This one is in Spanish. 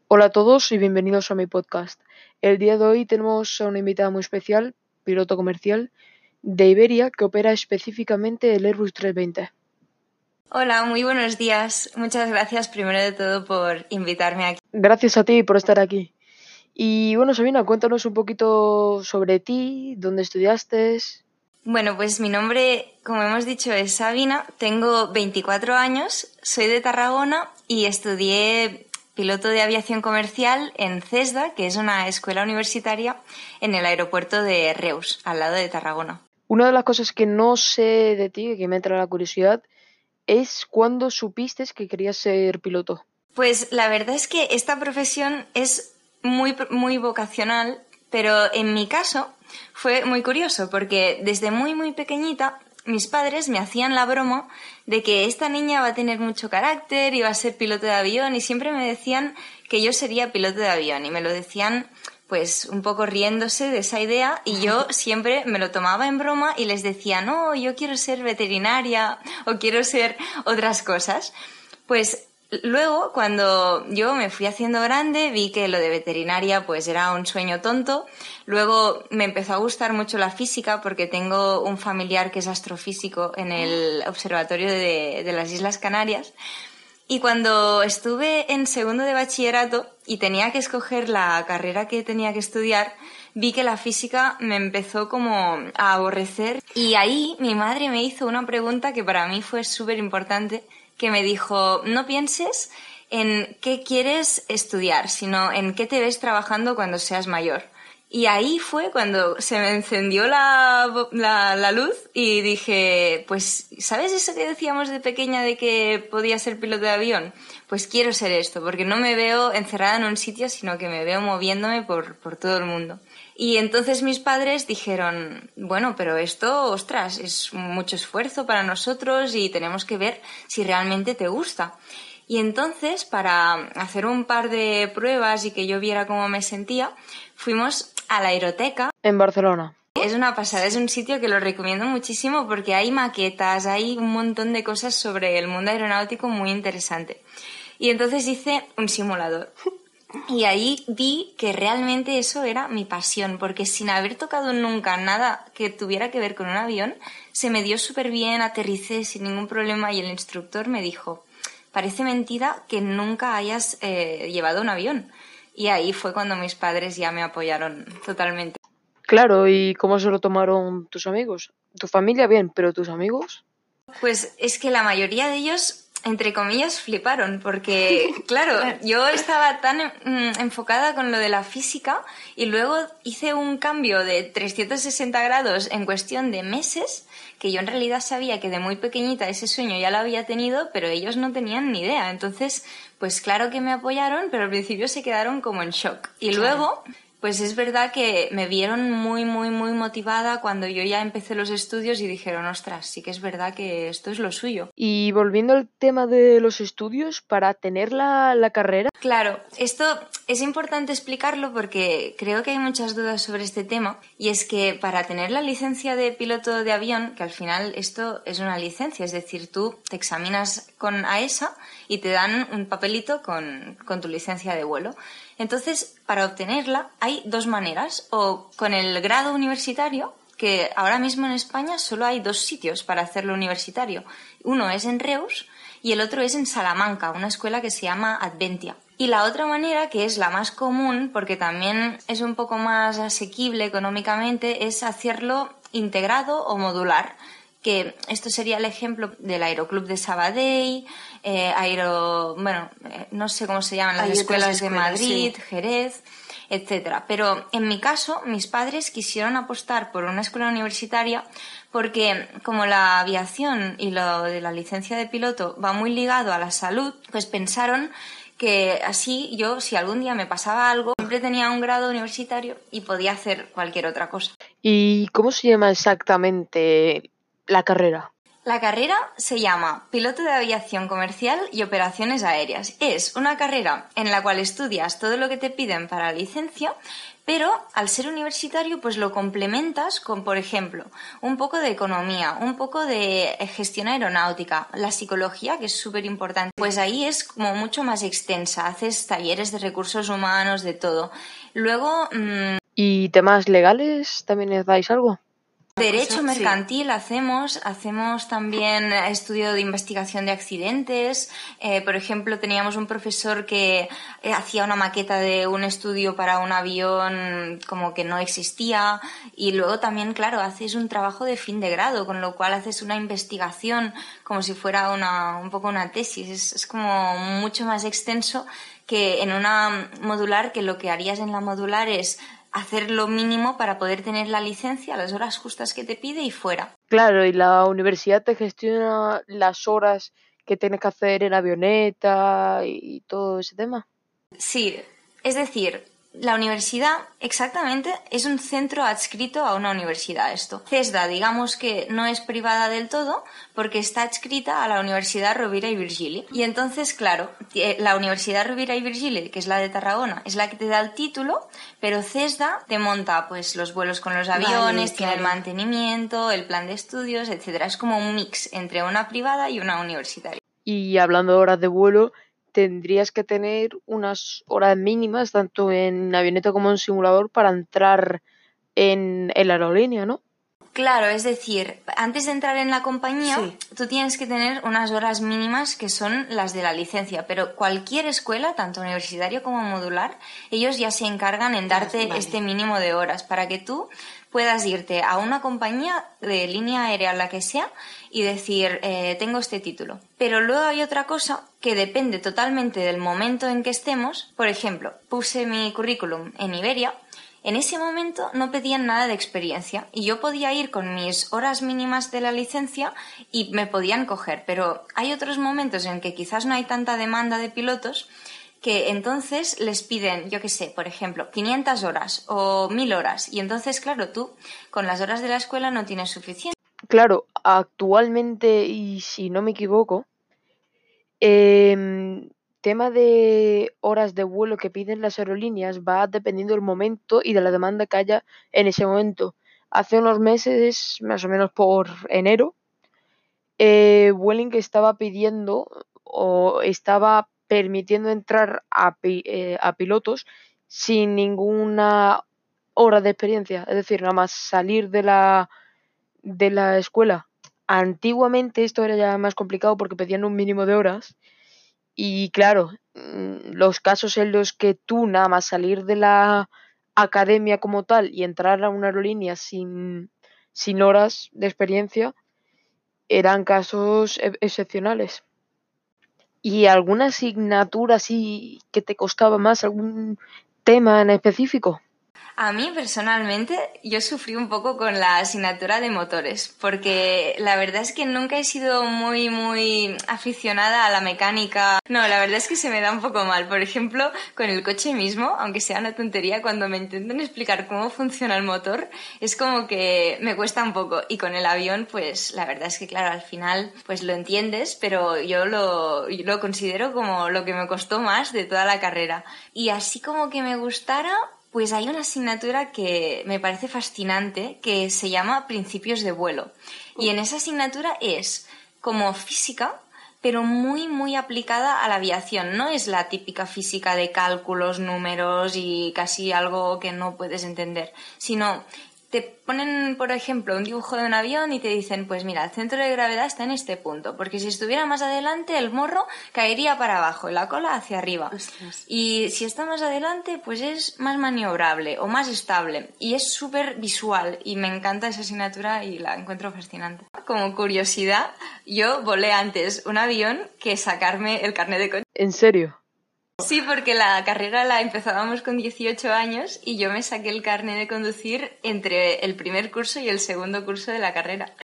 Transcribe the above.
Hola a todos y bienvenidos a mi podcast. El día de hoy tenemos a una invitada muy especial, piloto comercial de Iberia que opera específicamente el Airbus 320. Hola, muy buenos días. Muchas gracias primero de todo por invitarme aquí. Gracias a ti por estar aquí. Y bueno, Sabina, cuéntanos un poquito sobre ti, dónde estudiaste. Bueno, pues mi nombre, como hemos dicho, es Sabina. Tengo 24 años, soy de Tarragona y estudié piloto de aviación comercial en CESDA, que es una escuela universitaria en el aeropuerto de Reus, al lado de Tarragona. Una de las cosas que no sé de ti, que me entra la curiosidad, es cuándo supiste que querías ser piloto. Pues la verdad es que esta profesión es muy vocacional, pero en mi caso fue muy curioso porque desde muy pequeñita mis padres me hacían la broma de que esta niña va a tener mucho carácter y va a ser piloto de avión, y siempre me decían que yo sería piloto de avión, y me lo decían pues un poco riéndose de esa idea, y yo siempre me lo tomaba en broma y les decía, no, yo quiero ser veterinaria o quiero ser otras cosas. Pues luego, cuando yo me fui haciendo grande, vi que lo de veterinaria pues era un sueño tonto. Luego me empezó a gustar mucho la física porque tengo un familiar que es astrofísico en el Observatorio de las Islas Canarias. Y cuando estuve en segundo de bachillerato y tenía que escoger la carrera que tenía que estudiar, vi que la física me empezó como a aborrecer. Y ahí mi madre me hizo una pregunta que para mí fue súper importante, que me dijo, no pienses en qué quieres estudiar, sino en qué te ves trabajando cuando seas mayor. Y ahí fue cuando se me encendió la luz y dije, pues, ¿sabes eso que decíamos de pequeña de que podía ser piloto de avión? Pues quiero ser esto, porque no me veo encerrada en un sitio, sino que me veo moviéndome por todo el mundo. Y entonces mis padres dijeron, bueno, pero esto, ostras, es mucho esfuerzo para nosotros y tenemos que ver si realmente te gusta. Y entonces, para hacer un par de pruebas y que yo viera cómo me sentía, fuimos a la Aeroteca. En Barcelona. Es una pasada, es un sitio que lo recomiendo muchísimo porque hay maquetas, hay un montón de cosas sobre el mundo aeronáutico muy interesante. Y entonces hice un simulador. Y ahí vi que realmente eso era mi pasión, porque sin haber tocado nunca nada que tuviera que ver con un avión, se me dio súper bien, aterricé sin ningún problema y el instructor me dijo, parece mentira que nunca hayas llevado un avión. Y ahí fue cuando mis padres ya me apoyaron totalmente. Claro, ¿y cómo se lo tomaron tus amigos? Tu familia bien, pero tus amigos. Pues es que la mayoría de ellos, entre comillas, fliparon, porque, claro, yo estaba tan enfocada con lo de la física y luego hice un cambio de 360 grados en cuestión de meses, que yo en realidad sabía que de muy pequeñita ese sueño ya lo había tenido, pero ellos no tenían ni idea. Entonces, pues claro que me apoyaron, pero al principio se quedaron como en shock. Y luego, pues es verdad que me vieron muy motivada cuando yo ya empecé los estudios y dijeron, ostras, sí que es verdad que esto es lo suyo. Y volviendo al tema de los estudios, para tener la carrera. Claro, esto es importante explicarlo porque creo que hay muchas dudas sobre este tema, y es que para tener la licencia de piloto de avión, que al final esto es una licencia, es decir, tú te examinas con AESA y te dan un papelito con tu licencia de vuelo. Entonces, para obtenerla hay dos maneras, o con el grado universitario, que ahora mismo en España solo hay dos sitios para hacerlo universitario. Uno es en Reus y el otro es en Salamanca, una escuela que se llama Adventia. Y la otra manera, que es la más común, porque también es un poco más asequible económicamente, es hacerlo integrado o modular, que esto sería el ejemplo del Aeroclub de Sabadell, no sé cómo se llaman las escuelas de Madrid, sí. Jerez, etcétera. Pero en mi caso, mis padres quisieron apostar por una escuela universitaria porque como la aviación y lo de la licencia de piloto va muy ligado a la salud, pues pensaron que así yo, si algún día me pasaba algo, siempre tenía un grado universitario y podía hacer cualquier otra cosa. ¿Y cómo se llama exactamente la carrera? La carrera se llama Piloto de Aviación Comercial y Operaciones Aéreas. Es una carrera en la cual estudias todo lo que te piden para la licencia, pero al ser universitario pues lo complementas con, por ejemplo, un poco de economía, un poco de gestión aeronáutica, la psicología, que es súper importante. Pues ahí es como mucho más extensa, haces talleres de recursos humanos, de todo. Luego... ¿Y temas legales también dais algo? Derecho mercantil hacemos también estudio de investigación de accidentes. Por ejemplo, teníamos un profesor que hacía una maqueta de un estudio para un avión como que no existía, y luego también, claro, haces un trabajo de fin de grado, con lo cual haces una investigación como si fuera un poco una tesis. Es como mucho más extenso que en una modular, que lo que harías en la modular es hacer lo mínimo para poder tener la licencia, las horas justas que te pide y fuera. Claro, y la universidad te gestiona las horas que tienes que hacer en avioneta y todo ese tema. Sí, es decir, la universidad exactamente es un centro adscrito a una universidad esto. CESDA, digamos que no es privada del todo porque está adscrita a la Universidad Rovira i Virgili. Y entonces, claro, la Universidad Rovira i Virgili, que es la de Tarragona, es la que te da el título, pero CESDA te monta pues los vuelos con los aviones, tiene el mantenimiento, el plan de estudios, etcétera. Es como un mix entre una privada y una universitaria. Y hablando de horas de vuelo, tendrías que tener unas horas mínimas, tanto en avioneta como en simulador, para entrar en la aerolínea, ¿no? Claro, es decir, antes de entrar en la compañía, tú tienes que tener unas horas mínimas que son las de la licencia, pero cualquier escuela, tanto universitaria como modular, ellos ya se encargan en darte este mínimo de horas para que tú puedas irte a una compañía de línea aérea, la que sea, y decir, tengo este título. Pero luego hay otra cosa que depende totalmente del momento en que estemos. Por ejemplo, puse mi currículum en Iberia. En ese momento no pedían nada de experiencia y yo podía ir con mis horas mínimas de la licencia y me podían coger, pero hay otros momentos en que quizás no hay tanta demanda de pilotos que entonces les piden, yo qué sé, por ejemplo, 500 horas o 1000 horas, y entonces, claro, tú con las horas de la escuela no tienes suficiente. Claro, actualmente, y si no me equivoco, tema de horas de vuelo que piden las aerolíneas va dependiendo del momento y de la demanda que haya en ese momento. Hace unos meses, más o menos por enero, Vueling estaba pidiendo o estaba permitiendo entrar a pilotos sin ninguna hora de experiencia, es decir, nada más salir de la escuela. Antiguamente esto era ya más complicado porque pedían un mínimo de horas. Y claro, los casos en los que tú nada más salir de la academia como tal y entrar a una aerolínea sin horas de experiencia eran casos excepcionales. ¿Y alguna asignatura así que te costaba más, algún tema en específico? A mí personalmente yo sufrí un poco con la asignatura de motores, porque la verdad es que nunca he sido muy aficionada a la mecánica. No, la verdad es que se me da un poco mal. Por ejemplo, con el coche mismo, aunque sea una tontería, cuando me intentan explicar cómo funciona el motor, es como que me cuesta un poco. Y con el avión, pues la verdad es que claro, al final pues lo entiendes, pero yo lo considero como lo que me costó más de toda la carrera. Y así como que me gustara... Pues hay una asignatura que me parece fascinante que se llama Principios de vuelo. Y en esa asignatura es como física, pero muy aplicada a la aviación. No es la típica física de cálculos, números y casi algo que no puedes entender, sino te ponen, por ejemplo, un dibujo de un avión y te dicen, pues mira, el centro de gravedad está en este punto, porque si estuviera más adelante el morro caería para abajo y la cola hacia arriba. Ostras. Y si está más adelante, pues es más maniobrable o más estable. Y es súper visual y me encanta esa asignatura y la encuentro fascinante. Como curiosidad, yo volé antes un avión que sacarme el carnet de coche. ¿En serio? Sí, porque la carrera la empezábamos con 18 años y yo me saqué el carnet de conducir entre el primer curso y el segundo curso de la carrera.